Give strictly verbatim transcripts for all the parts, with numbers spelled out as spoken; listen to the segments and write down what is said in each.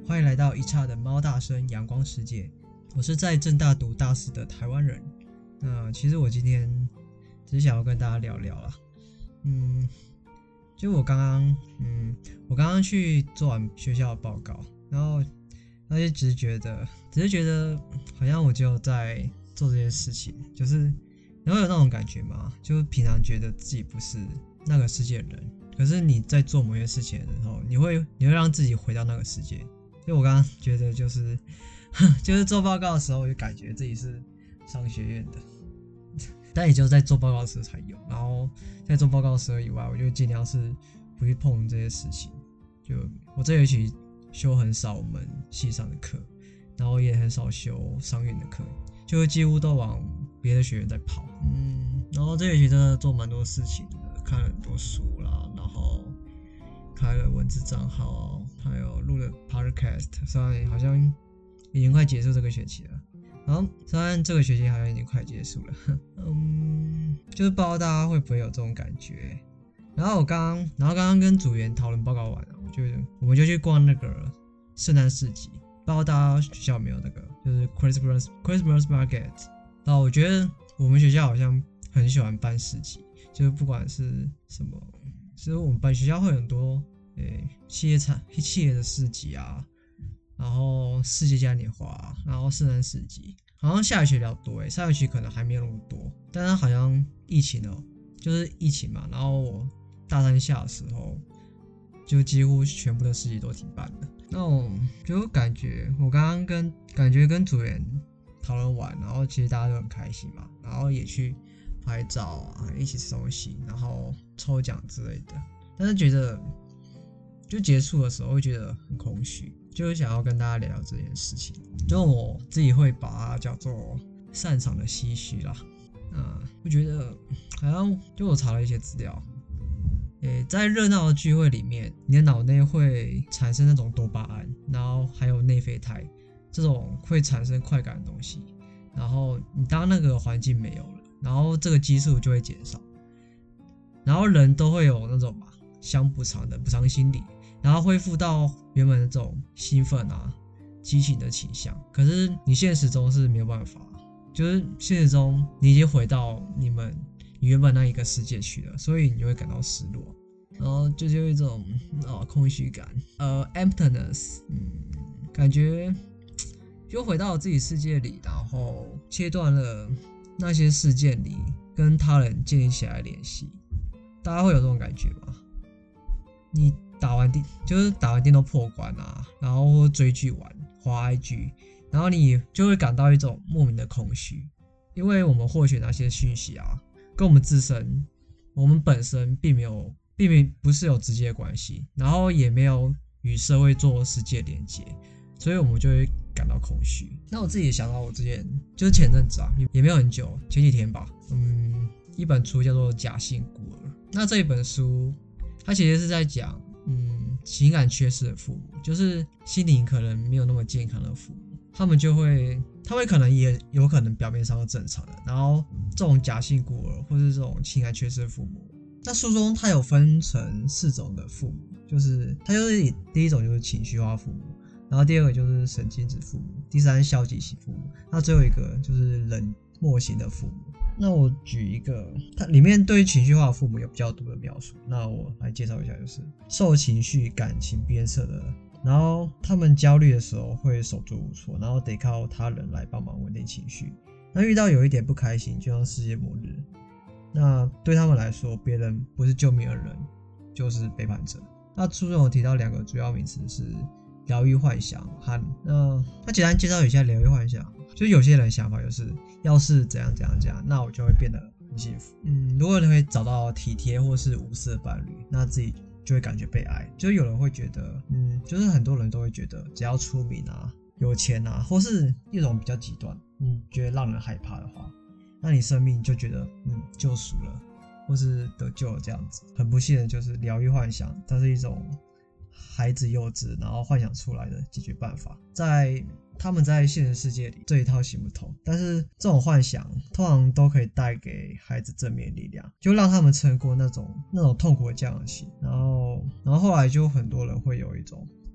欢迎来到一叉的猫大生阳光世界。我是在政大读大四的台湾人。那其实我今天只是想要跟大家聊聊啦。嗯，就我刚刚，嗯，我刚刚去做完学校的报告，然后那就只是觉得，只是觉得好像我就在做这件事情，就是你会有那种感觉吗？就是平常觉得自己不是那个世界的人，可是你在做某些事情的时候，你会你会让自己回到那个世界。所以我刚刚觉得就是，就是做报告的时候，我就感觉自己是商学院的，但也就在做报告的时候才有。然后在做报告的时候以外，我就尽量是不去碰这些事情。就我这学期修很少我们系上的课，然后也很少修商院的课，就几乎都往别的学院在跑。嗯，然后这学期真的做蛮多事情的，看了很多书啦，然后开了文字账号，还有录了 podcast， 虽然好像已经快结束这个学期了。然后虽然这个学期好像已经快结束了，嗯，就是不知道大家会不会有这种感觉。然后我刚刚，然后刚刚跟组员讨论报告完了，我就我们就去逛那个圣诞市集，不知道大家学校有没有那个，就是 Christmas Christmas Market。然后我觉得我们学校好像很喜欢办市集，就是不管是什么。其实我们班学校会有很多诶企业产企业的市集啊，然后世界嘉年华、啊，然后圣诞市集，好像下学期比较多诶，上学期可能还没有那么多，但是好像疫情哦，就是疫情嘛，然后我大三下的时候，就几乎全部的市集都停办了。那我就感觉我刚刚跟感觉跟组员讨论完，然后其实大家都很开心嘛，然后也去拍照啊，一起吃东西，然后抽奖之类的。但是觉得就结束的时候会觉得很空虚，就是想要跟大家聊聊这件事情。就我自己会把它叫做擅长的唏嘘啦。啊，我觉得好像就我查了一些资料，诶，在热闹的聚会里面，你的脑内会产生那种多巴胺，然后还有内啡肽这种会产生快感的东西。然后你当那个环境没有了，然后这个激素就会减少，然后人都会有那种嘛相补偿的补偿心理，然后恢复到原本的这种兴奋啊、激情的倾向。可是你现实中是没有办法，就是现实中你已经回到你们你原本那一个世界去了，所以你就会感到失落，然后就有一种哦空虚感，呃 emptiness， 嗯，感觉就回到自己世界里，然后切断了那些事件里跟他人建立起来的联系。大家会有这种感觉吗？你打完电就是打完电动破关啊，然后追剧玩滑 I G， 然后你就会感到一种莫名的空虚，因为我们获取那些讯息啊，跟我们自身我们本身并没有并没不是有直接的关系，然后也没有与社会做实际的连接，所以我们就会感到空虚。那我自己也想到，我之前就是前阵子啊，也没有很久，前几天吧，嗯，一本书叫做《假性孤儿》。那这一本书，它其实是在讲，嗯，情感缺失的父母，就是心灵可能没有那么健康的父母，他们就会，他们可能也有可能表面上是正常的，然后这种假性孤儿或是这种情感缺失的父母，那书中它有分成四种的父母，就是它就是第一种就是情绪化父母。然后第二个就是神经质父母，第三消极型父母，那最后一个就是冷漠型的父母。那我举一个，它里面对于情绪化的父母有比较多的描述，那我来介绍一下，就是受情绪感情鞭策的，然后他们焦虑的时候会手足无措，然后得靠他人来帮忙稳定情绪。那遇到有一点不开心，就像世界末日，那对他们来说，别人不是救命恩人，就是背叛者。那书中有提到两个主要名词是疗愈幻想和那他简单介绍一下疗愈幻想，就是有些人想法就是要是怎样怎样怎样，那我就会变得很幸福。嗯，如果你会找到体贴或是无私的伴侣，那自己就会感觉被爱。就有人会觉得，嗯，就是很多人都会觉得，只要出名啊、有钱啊，或是一种比较极端，你觉得让人害怕的话，那你生命就觉得嗯救赎了，或是得救了这样子。很不幸的就是疗愈幻想，它是一种孩子幼稚然后幻想出来的解决办法，在他们在现实世界里这一套行不通，但是这种幻想通常都可以带给孩子正面力量，就让他们撑过那种那种痛苦的降期。然后然后后来就很多人会有一种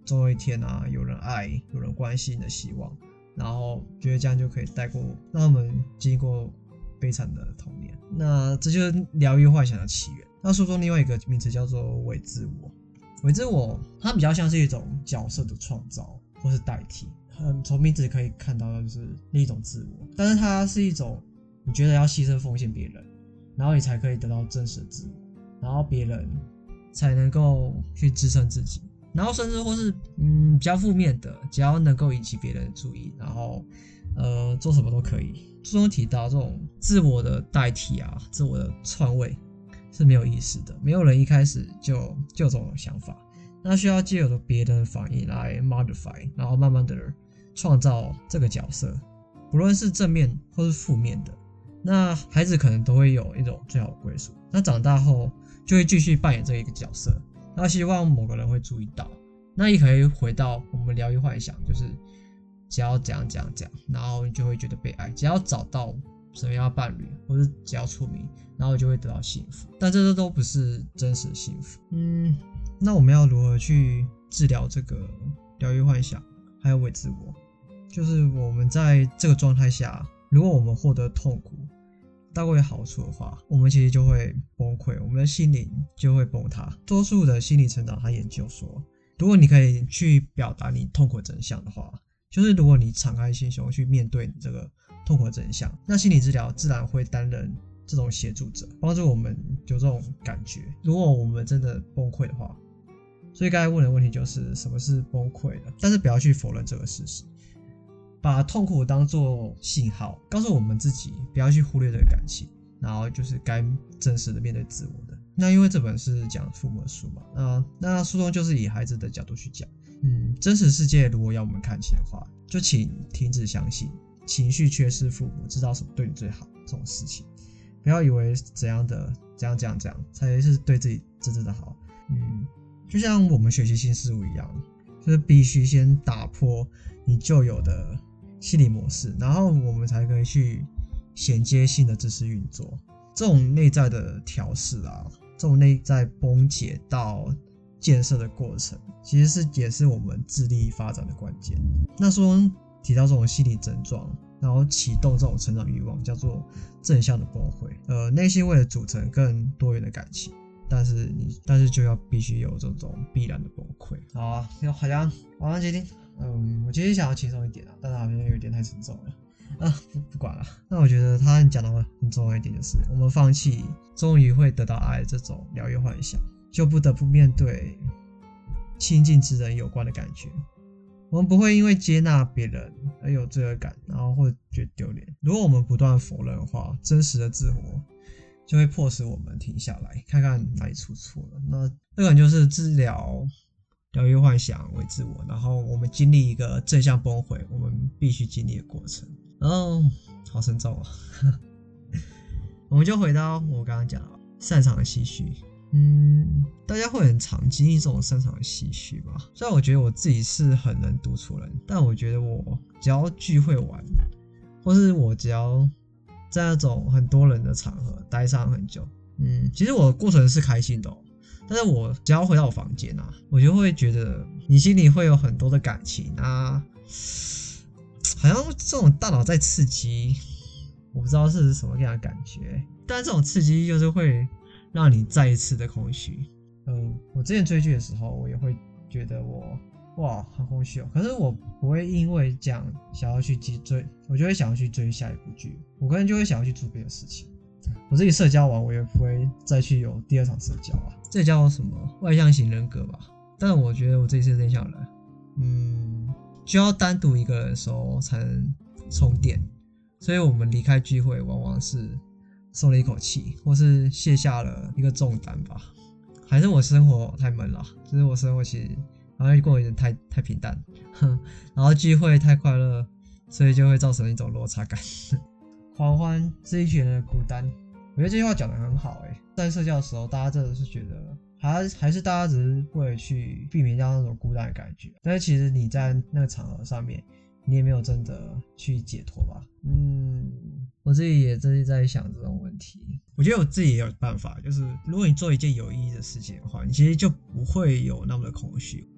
总有一天啊，有人爱，有人关心的希望，然后觉得这样就可以带过，让他们经过悲惨的童年。那这就是疗愈幻想的起源。那书中另外一个名词叫做伪自我，伪自我它比较像是一种角色的创造或是代替。嗯，从名字可以看到的就是另一种自我，但是它是一种你觉得要牺牲奉献别人，然后你才可以得到真实的自我，然后别人才能够去支撑自己，然后甚至或是嗯比较负面的，只要能够引起别人的注意，然后呃做什么都可以。书中提到这种自我的代替啊，自我的篡位是没有意识的，没有人一开始就就有这种想法，那需要借由别人的反应来 modify， 然后慢慢的创造这个角色，不论是正面或是负面的。那孩子可能都会有一种最好的归属，那长大后就会继续扮演这一个角色，那希望某个人会注意到，那也可以回到我们疗愈幻想，就是只要怎样怎样怎样，然后你就会觉得被爱，只要找到什么样的伴侣，或是只要出名，然后就会得到幸福。但这都不是真实的幸福。嗯，那我们要如何去治疗这个疗愈幻想还有伪自我？就是我们在这个状态下，如果我们获得痛苦大过于好处的话，我们其实就会崩溃，我们的心灵就会崩塌。多数的心理成长他研究说，如果你可以去表达你痛苦的真相的话，就是如果你敞开心胸去面对你这个痛苦的真相，那心理治疗自然会担任这种协助者，帮助我们有这种感觉。如果我们真的崩溃的话，所以刚才问的问题就是什么是崩溃的，但是不要去否认这个事实，把痛苦当作信号，告诉我们自己不要去忽略这个感情，然后就是该真实的面对自我的。那因为这本是讲父母的书嘛，那那书中就是以孩子的角度去讲，嗯，真实世界如果要我们看清的话，就请停止相信情绪缺失父母知道什么对你最好这种事情，不要以为怎样的怎样怎样怎样才是对自己真正的好。嗯，就像我们学习新事物一样，就是必须先打破你旧有的心理模式，然后我们才可以去衔接新的知识运作。这种内在的调试啊，这种内在崩解到建设的过程，其实是也是我们智力发展的关键。那书中提到这种心理症状，然后启动这种成长欲望，叫做正向的崩溃。呃，内心为了组成更多元的感情，但是你但是就要必须有这种必然的崩溃。好啊，好像好像决定。嗯，我其实想要轻松一点啊，但是好像有点太沉重了啊，不不管了。那我觉得他讲的很重要一点，就是我们放弃终于会得到爱这种疗愈幻想，就不得不面对亲近之人有关的感觉。我们不会因为接纳别人而有罪恶感，然后或者觉得丢脸。如果我们不断否认的话，真实的自我就会迫使我们停下来，看看哪里出错了。那这个就是治疗疗愈幻想为自我，然后我们经历一个正向崩溃，我们必须经历的过程。然后好沉重啊，我们就回到我刚刚讲的擅长的唏嘘。嗯，大家会很常经历这种擅长的唏嘘吧？虽然我觉得我自己是很能独处人，但我觉得我只要聚会玩，或是我只要在那种很多人的场合待上很久，嗯，其实我的过程是开心的哦。但是我只要回到我房间啊，我就会觉得你心里会有很多的感情啊，好像这种大脑在刺激，我不知道是什么样的感觉，但这种刺激就是会让你再一次的空虚。嗯，我之前追剧的时候，我也会觉得我哇很空虚哦，可是我不会因为这样想要去追，我就会想要去追下一部剧，我可能就会想要去做别的事情。我自己社交完，我也不会再去有第二场社交啊，这叫什么外向型人格吧？但我觉得我自己是内向人，嗯，需要单独一个人的时候才能充电，所以我们离开聚会往往是松了一口气，或是卸下了一个重担吧。还是我生活太闷了，就是我生活其实好像过得有点太太平淡，然后聚会太快乐，所以就会造成一种落差感。狂欢是一群人的孤单，我觉得这句话讲得很好诶。在社交的时候，大家真的是觉得还还是大家只是为了去避免掉那种孤单的感觉，但是其实你在那个场合上面，你也没有真的去解脱吧。嗯，我自己也真是在想这种问题。我觉得我自己也有办法，就是如果你做一件有意义的事情的话，你其实就不会有那么的空虚。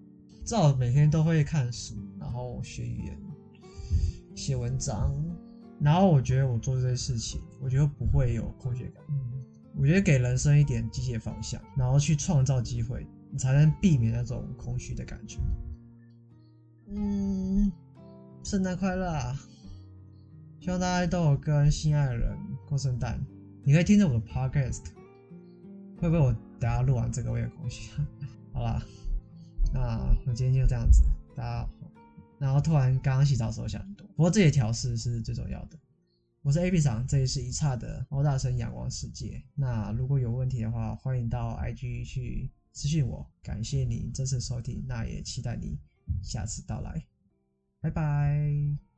至少每天都会看书，然后学语言、写文章，然后我觉得我做这些事情，我觉得不会有空虚感。嗯，我觉得给人生一点积极的方向，然后去创造机会，你才能避免那种空虚的感觉。嗯，圣诞快乐啊！希望大家都有跟心爱的人过圣诞。你可以听着我的 podcast， 会不会我等下录完这个我也空虚？好啦，那我今天就这样子，大家好。然后突然刚刚洗澡的时候想很多，不过这些调试是最重要的。我是 A B 厂，这里是一刹的猫大生阳光世界。那如果有问题的话，欢迎到 I G 去私讯我。感谢你这次收听，那也期待你下次到来，拜拜。